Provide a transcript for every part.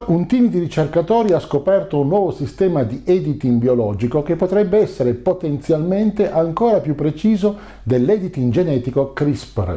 Un team di ricercatori ha scoperto un nuovo sistema di editing biologico che potrebbe essere potenzialmente ancora più preciso dell'editing genetico CRISPR.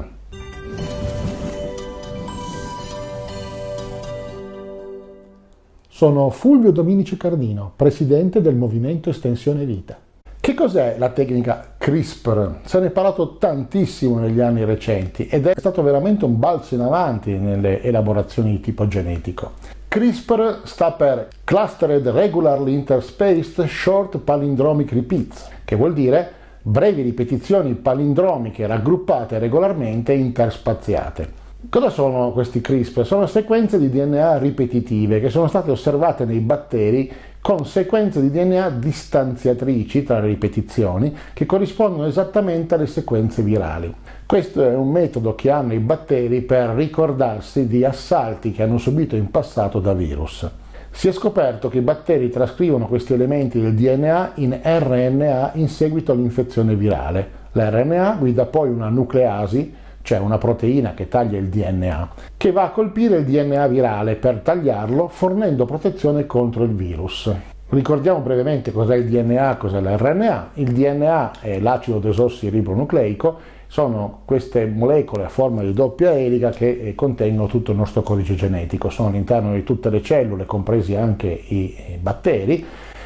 Sono Fulvio Dominici Cardino, presidente del Movimento Estensione Vita. Che cos'è la tecnica CRISPR? Se ne è parlato tantissimo negli anni recenti ed è stato veramente un balzo in avanti nelle elaborazioni di tipo genetico. CRISPR sta per Clustered Regularly Interspaced Short Palindromic Repeats, che vuol dire brevi ripetizioni palindromiche raggruppate regolarmente interspaziate. Cosa sono questi CRISPR? Sono sequenze di DNA ripetitive che sono state osservate nei batteri con sequenze di DNA distanziatrici tra le ripetizioni che corrispondono esattamente alle sequenze virali. Questo è un metodo che hanno i batteri per ricordarsi di assalti che hanno subito in passato da virus. Si è scoperto che i batteri trascrivono questi elementi del DNA in RNA in seguito all'infezione virale. L'RNA guida poi una nucleasi, cioè una proteina che taglia il DNA, che va a colpire il DNA virale per tagliarlo, fornendo protezione contro il virus. Ricordiamo brevemente cos'è il DNA, cos'è l'RNA. Il DNA è l'acido desossiribonucleico, sono queste molecole a forma di doppia elica che contengono tutto il nostro codice genetico, sono all'interno di tutte le cellule, compresi anche i batteri,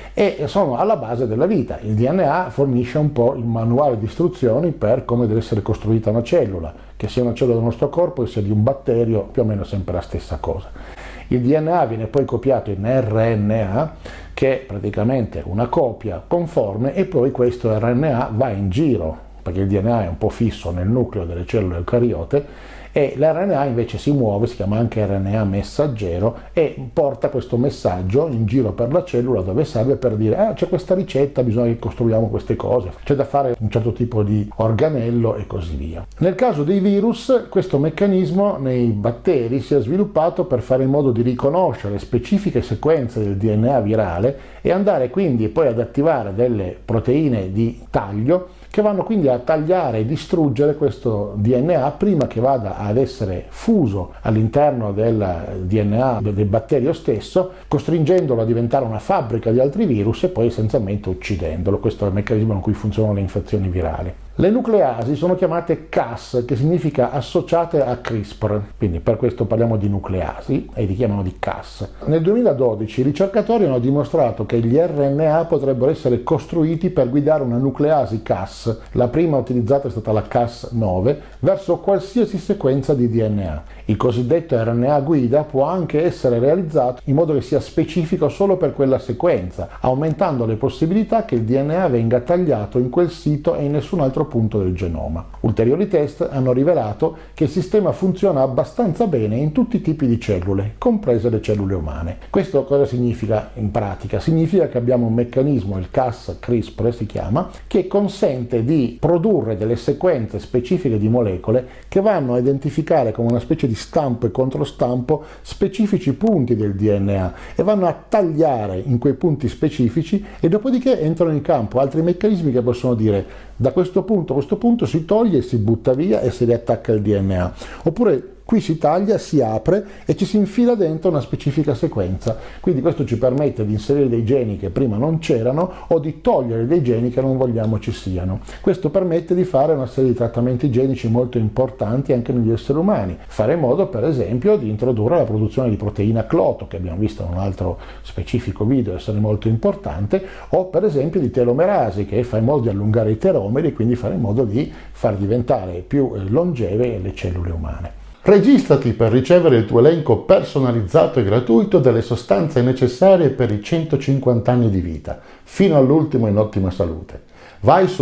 e sono alla base della vita. Il DNA fornisce un po' il manuale di istruzioni per come deve essere costruita una cellula, che sia una cellula del nostro corpo, che sia di un batterio, più o meno sempre la stessa cosa. Il DNA viene poi copiato in RNA, che è praticamente una copia conforme, e poi questo RNA va in giro, perché il DNA è un po' fisso nel nucleo delle cellule eucariote, e l'RNA invece si muove, si chiama anche RNA messaggero, e porta questo messaggio in giro per la cellula dove serve per dire c'è questa ricetta, bisogna che costruiamo queste cose, c'è da fare un certo tipo di organello e così via. Nel caso dei virus questo meccanismo nei batteri si è sviluppato per fare in modo di riconoscere specifiche sequenze del DNA virale e andare quindi poi ad attivare delle proteine di taglio che vanno quindi a tagliare e distruggere questo DNA prima che vada ad essere fuso all'interno del DNA del batterio stesso, costringendolo a diventare una fabbrica di altri virus e poi essenzialmente uccidendolo. Questo è il meccanismo in cui funzionano le infezioni virali. Le nucleasi sono chiamate Cas, che significa associate a CRISPR, quindi per questo parliamo di nucleasi e li chiamano di Cas. Nel 2012 i ricercatori hanno dimostrato che gli RNA potrebbero essere costruiti per guidare una nucleasi Cas, la prima utilizzata è stata la Cas9, verso qualsiasi sequenza di DNA. Il cosiddetto RNA guida può anche essere realizzato in modo che sia specifico solo per quella sequenza, aumentando le possibilità che il DNA venga tagliato in quel sito e in nessun altro punto del genoma. Ulteriori test hanno rivelato che il sistema funziona abbastanza bene in tutti i tipi di cellule, comprese le cellule umane. Questo cosa significa in pratica? Significa che abbiamo un meccanismo, il Cas-CRISPR si chiama, che consente di produrre delle sequenze specifiche di molecole che vanno a identificare come una specie di stampo e controstampo specifici punti del DNA e vanno a tagliare in quei punti specifici e dopodiché entrano in campo altri meccanismi che possono dire da questo punto a questo punto si toglie, si butta via e si riattacca il DNA, oppure qui si taglia, si apre e ci si infila dentro una specifica sequenza. Quindi questo ci permette di inserire dei geni che prima non c'erano o di togliere dei geni che non vogliamo ci siano. Questo permette di fare una serie di trattamenti genici molto importanti anche negli esseri umani. Fare in modo, per esempio, di introdurre la produzione di proteina cloto, che abbiamo visto in un altro specifico video essere molto importante, o per esempio di telomerasi, che fa in modo di allungare i telomeri e quindi fare in modo di far diventare più longeve le cellule umane. Registrati per ricevere il tuo elenco personalizzato e gratuito delle sostanze necessarie per i 150 anni di vita, fino all'ultimo in ottima salute. Vai su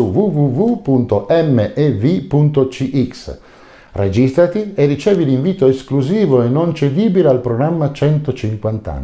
www.mev.cx, registrati e ricevi l'invito esclusivo e non cedibile al programma 150 anni.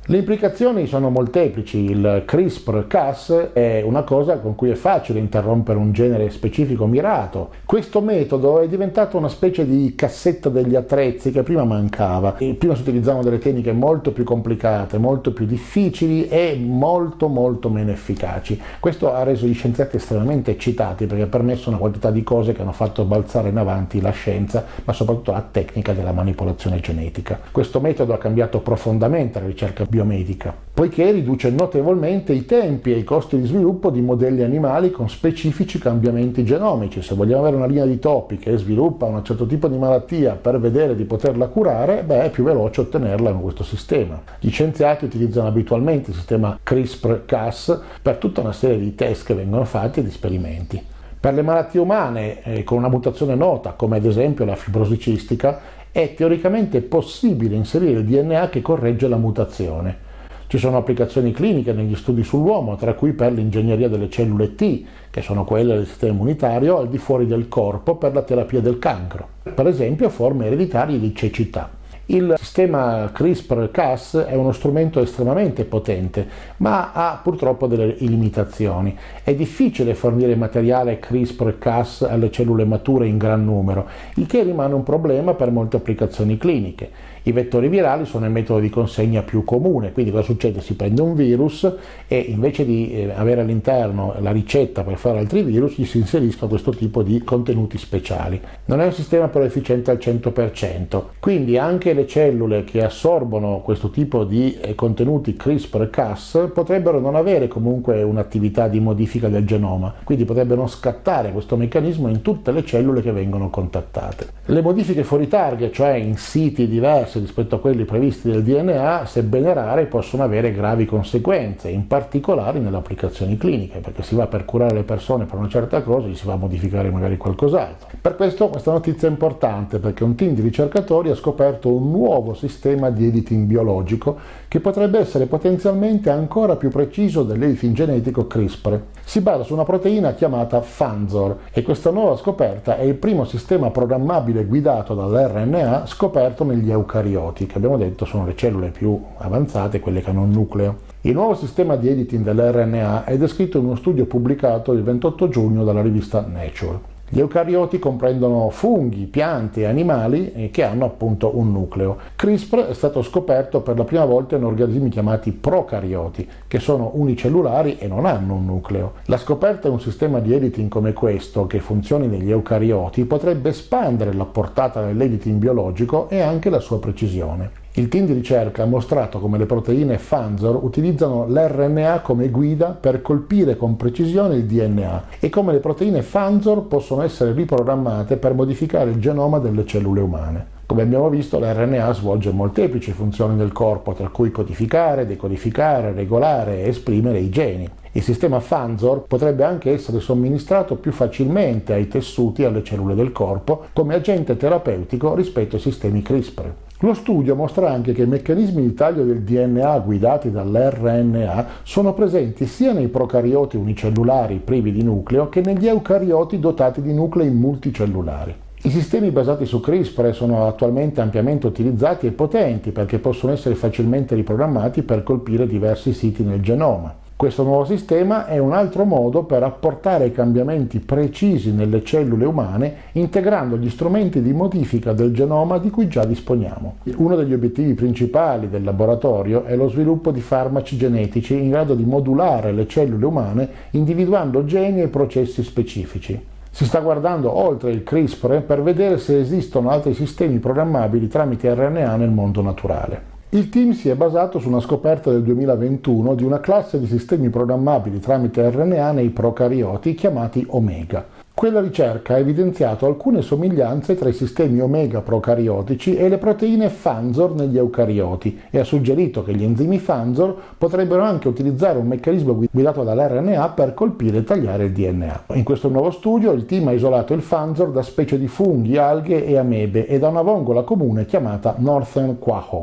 Le implicazioni sono molteplici. Il CRISPR-Cas è una cosa con cui è facile interrompere un genere specifico mirato. Questo metodo è diventato una specie di cassetta degli attrezzi che prima mancava. E prima si utilizzavano delle tecniche molto più complicate, molto più difficili e molto meno efficaci. Questo ha reso gli scienziati estremamente eccitati perché ha permesso una quantità di cose che hanno fatto balzare in avanti la scienza, ma soprattutto la tecnica della manipolazione genetica. Questo metodo ha cambiato profondamente la ricerca biomedica, poiché riduce notevolmente i tempi e i costi di sviluppo di modelli animali con specifici cambiamenti genomici. Se vogliamo avere una linea di topi che sviluppa un certo tipo di malattia per vedere di poterla curare, è più veloce ottenerla con questo sistema. Gli scienziati utilizzano abitualmente il sistema CRISPR-Cas per tutta una serie di test che vengono fatti e di esperimenti. Per le malattie umane con una mutazione nota, come ad esempio la fibrosi cistica, è teoricamente possibile inserire il DNA che corregge la mutazione. Ci sono applicazioni cliniche negli studi sull'uomo, tra cui per l'ingegneria delle cellule T, che sono quelle del sistema immunitario al di fuori del corpo per la terapia del cancro, per esempio forme ereditarie di cecità. Il sistema CRISPR-Cas è uno strumento estremamente potente, ma ha purtroppo delle limitazioni. È difficile fornire materiale CRISPR-Cas alle cellule mature in gran numero, il che rimane un problema per molte applicazioni cliniche. I vettori virali sono il metodo di consegna più comune, quindi cosa succede? Si prende un virus e invece di avere all'interno la ricetta per fare altri virus, gli si inseriscono questo tipo di contenuti speciali. Non è un sistema però efficiente al 100%, quindi anche le cellule che assorbono questo tipo di contenuti CRISPR-Cas potrebbero non avere comunque un'attività di modifica del genoma, quindi potrebbero scattare questo meccanismo in tutte le cellule che vengono contattate. Le modifiche fuori target, cioè in siti diversi rispetto a quelli previsti del DNA, sebbene rare, possono avere gravi conseguenze, in particolare nelle applicazioni cliniche, perché si va per curare le persone per una certa cosa e si va a modificare magari qualcos'altro. Per questo questa notizia è importante, perché un team di ricercatori ha scoperto un nuovo sistema di editing biologico che potrebbe essere potenzialmente ancora più preciso dell'editing genetico CRISPR. Si basa su una proteina chiamata Fanzor e questa nuova scoperta è il primo sistema programmabile guidato dall'RNA scoperto negli eucarioti, che abbiamo detto sono le cellule più avanzate, quelle che hanno un nucleo. Il nuovo sistema di editing dell'RNA è descritto in uno studio pubblicato il 28 giugno dalla rivista Nature. Gli eucarioti comprendono funghi, piante e animali che hanno appunto un nucleo. CRISPR è stato scoperto per la prima volta in organismi chiamati procarioti, che sono unicellulari e non hanno un nucleo. La scoperta di un sistema di editing come questo, che funzioni negli eucarioti, potrebbe espandere la portata dell'editing biologico e anche la sua precisione. Il team di ricerca ha mostrato come le proteine Fanzor utilizzano l'RNA come guida per colpire con precisione il DNA e come le proteine Fanzor possono essere riprogrammate per modificare il genoma delle cellule umane. Come abbiamo visto, l'RNA svolge molteplici funzioni nel corpo, tra cui codificare, decodificare, regolare e esprimere i geni. Il sistema Fanzor potrebbe anche essere somministrato più facilmente ai tessuti e alle cellule del corpo come agente terapeutico rispetto ai sistemi CRISPR. Lo studio mostra anche che i meccanismi di taglio del DNA guidati dall'RNA sono presenti sia nei procarioti unicellulari privi di nucleo che negli eucarioti dotati di nuclei multicellulari. I sistemi basati su CRISPR sono attualmente ampiamente utilizzati e potenti perché possono essere facilmente riprogrammati per colpire diversi siti nel genoma. Questo nuovo sistema è un altro modo per apportare cambiamenti precisi nelle cellule umane integrando gli strumenti di modifica del genoma di cui già disponiamo. Uno degli obiettivi principali del laboratorio è lo sviluppo di farmaci genetici in grado di modulare le cellule umane individuando geni e processi specifici. Si sta guardando oltre il CRISPR per vedere se esistono altri sistemi programmabili tramite RNA nel mondo naturale. Il team si è basato su una scoperta del 2021 di una classe di sistemi programmabili tramite RNA nei procarioti chiamati Omega. Quella ricerca ha evidenziato alcune somiglianze tra i sistemi Omega procariotici e le proteine Fanzor negli eucarioti e ha suggerito che gli enzimi Fanzor potrebbero anche utilizzare un meccanismo guidato dall'RNA per colpire e tagliare il DNA. In questo nuovo studio il team ha isolato il Fanzor da specie di funghi, alghe e amebe e da una vongola comune chiamata Northern Quahog.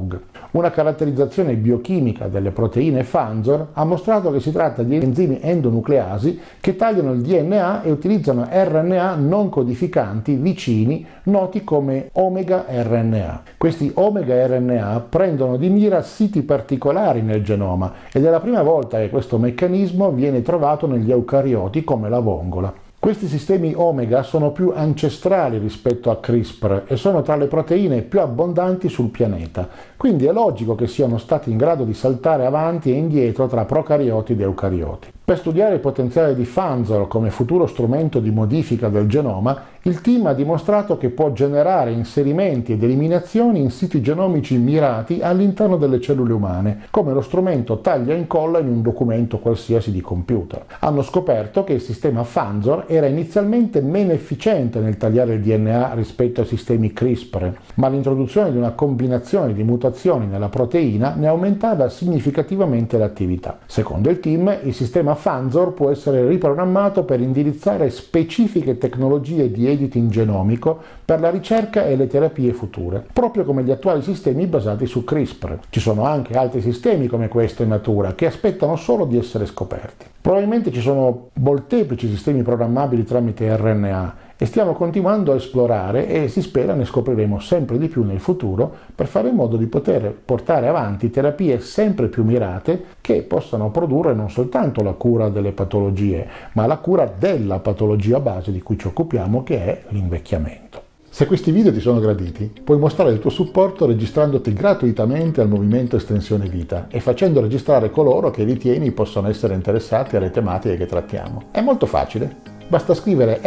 Una caratterizzazione biochimica delle proteine Fanzor ha mostrato che si tratta di enzimi endonucleasi che tagliano il DNA e utilizzano RNA non codificanti vicini noti come omega RNA. Questi omega RNA prendono di mira siti particolari nel genoma ed è la prima volta che questo meccanismo viene trovato negli eucarioti come la vongola. Questi sistemi omega sono più ancestrali rispetto a CRISPR e sono tra le proteine più abbondanti sul pianeta, quindi è logico che siano stati in grado di saltare avanti e indietro tra procarioti ed eucarioti. Per studiare il potenziale di Fanzor come futuro strumento di modifica del genoma, il team ha dimostrato che può generare inserimenti ed eliminazioni in siti genomici mirati all'interno delle cellule umane, come lo strumento taglia e incolla in un documento qualsiasi di computer. Hanno scoperto che il sistema Fanzor era inizialmente meno efficiente nel tagliare il DNA rispetto ai sistemi CRISPR, ma l'introduzione di una combinazione di mutazioni nella proteina ne aumentava significativamente l'attività. Secondo il team, il sistema Fanzor può essere riprogrammato per indirizzare specifiche tecnologie di editing genomico per la ricerca e le terapie future, proprio come gli attuali sistemi basati su CRISPR. Ci sono anche altri sistemi come questo in natura che aspettano solo di essere scoperti. Probabilmente ci sono molteplici sistemi programmabili tramite RNA e stiamo continuando a esplorare e si spera ne scopriremo sempre di più nel futuro per fare in modo di poter portare avanti terapie sempre più mirate che possano produrre non soltanto la cura delle patologie, ma la cura della patologia base di cui ci occupiamo, che è l'invecchiamento. Se questi video ti sono graditi, puoi mostrare il tuo supporto registrandoti gratuitamente al Movimento Estensione Vita e facendo registrare coloro che ritieni possano essere interessati alle tematiche che trattiamo. È molto facile. Basta scrivere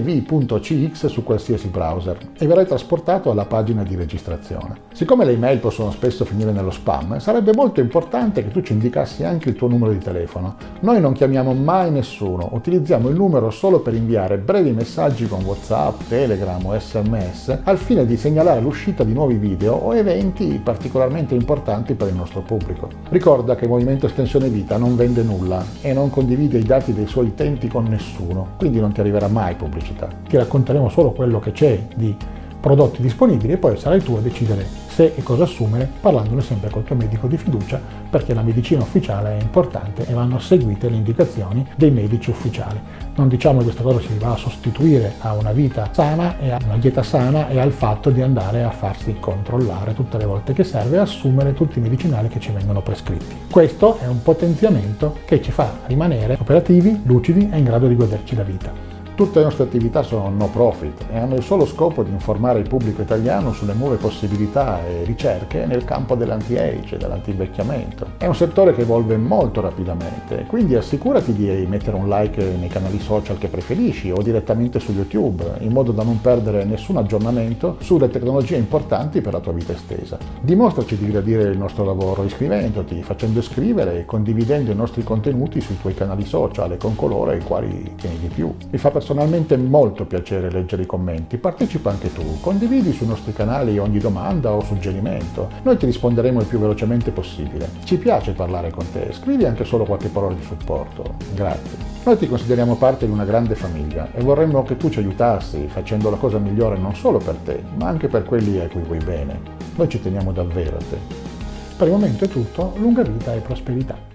mev.cx su qualsiasi browser e verrai trasportato alla pagina di registrazione. Siccome le email possono spesso finire nello spam, sarebbe molto importante che tu ci indicassi anche il tuo numero di telefono. Noi non chiamiamo mai nessuno, utilizziamo il numero solo per inviare brevi messaggi con WhatsApp, Telegram o SMS al fine di segnalare l'uscita di nuovi video o eventi particolarmente importanti per il nostro pubblico. Ricorda che il Movimento Estensione Vita non vende nulla e non condivide i dati dei suoi utenti con nessuno, quindi non ti arriverà mai pubblicità. Ti racconteremo solo quello che c'è di prodotti disponibili e poi sarai tu a decidere se e cosa assumere, parlandone sempre col tuo medico di fiducia, perché la medicina ufficiale è importante e vanno seguite le indicazioni dei medici ufficiali. Non diciamo che questa cosa si va a sostituire a una vita sana e a una dieta sana e al fatto di andare a farsi controllare tutte le volte che serve e assumere tutti i medicinali che ci vengono prescritti. Questo è un potenziamento che ci fa rimanere operativi, lucidi e in grado di goderci la vita. Tutte le nostre attività sono no profit e hanno il solo scopo di informare il pubblico italiano sulle nuove possibilità e ricerche nel campo dell'anti-age e dell'antivecchiamento. È un settore che evolve molto rapidamente, quindi assicurati di mettere un like nei canali social che preferisci o direttamente su YouTube, in modo da non perdere nessun aggiornamento sulle tecnologie importanti per la tua vita estesa. Dimostraci di gradire il nostro lavoro iscrivendoti, facendo iscrivere e condividendo i nostri contenuti sui tuoi canali social e con coloro ai quali tieni di più. Mi fa personalmente molto piacere leggere i commenti, partecipa anche tu, condividi sui nostri canali ogni domanda o suggerimento, noi ti risponderemo il più velocemente possibile. Ci piace parlare con te, scrivi anche solo qualche parola di supporto, grazie. Noi ti consideriamo parte di una grande famiglia e vorremmo che tu ci aiutassi facendo la cosa migliore non solo per te, ma anche per quelli a cui vuoi bene. Noi ci teniamo davvero a te. Per il momento è tutto, lunga vita e prosperità.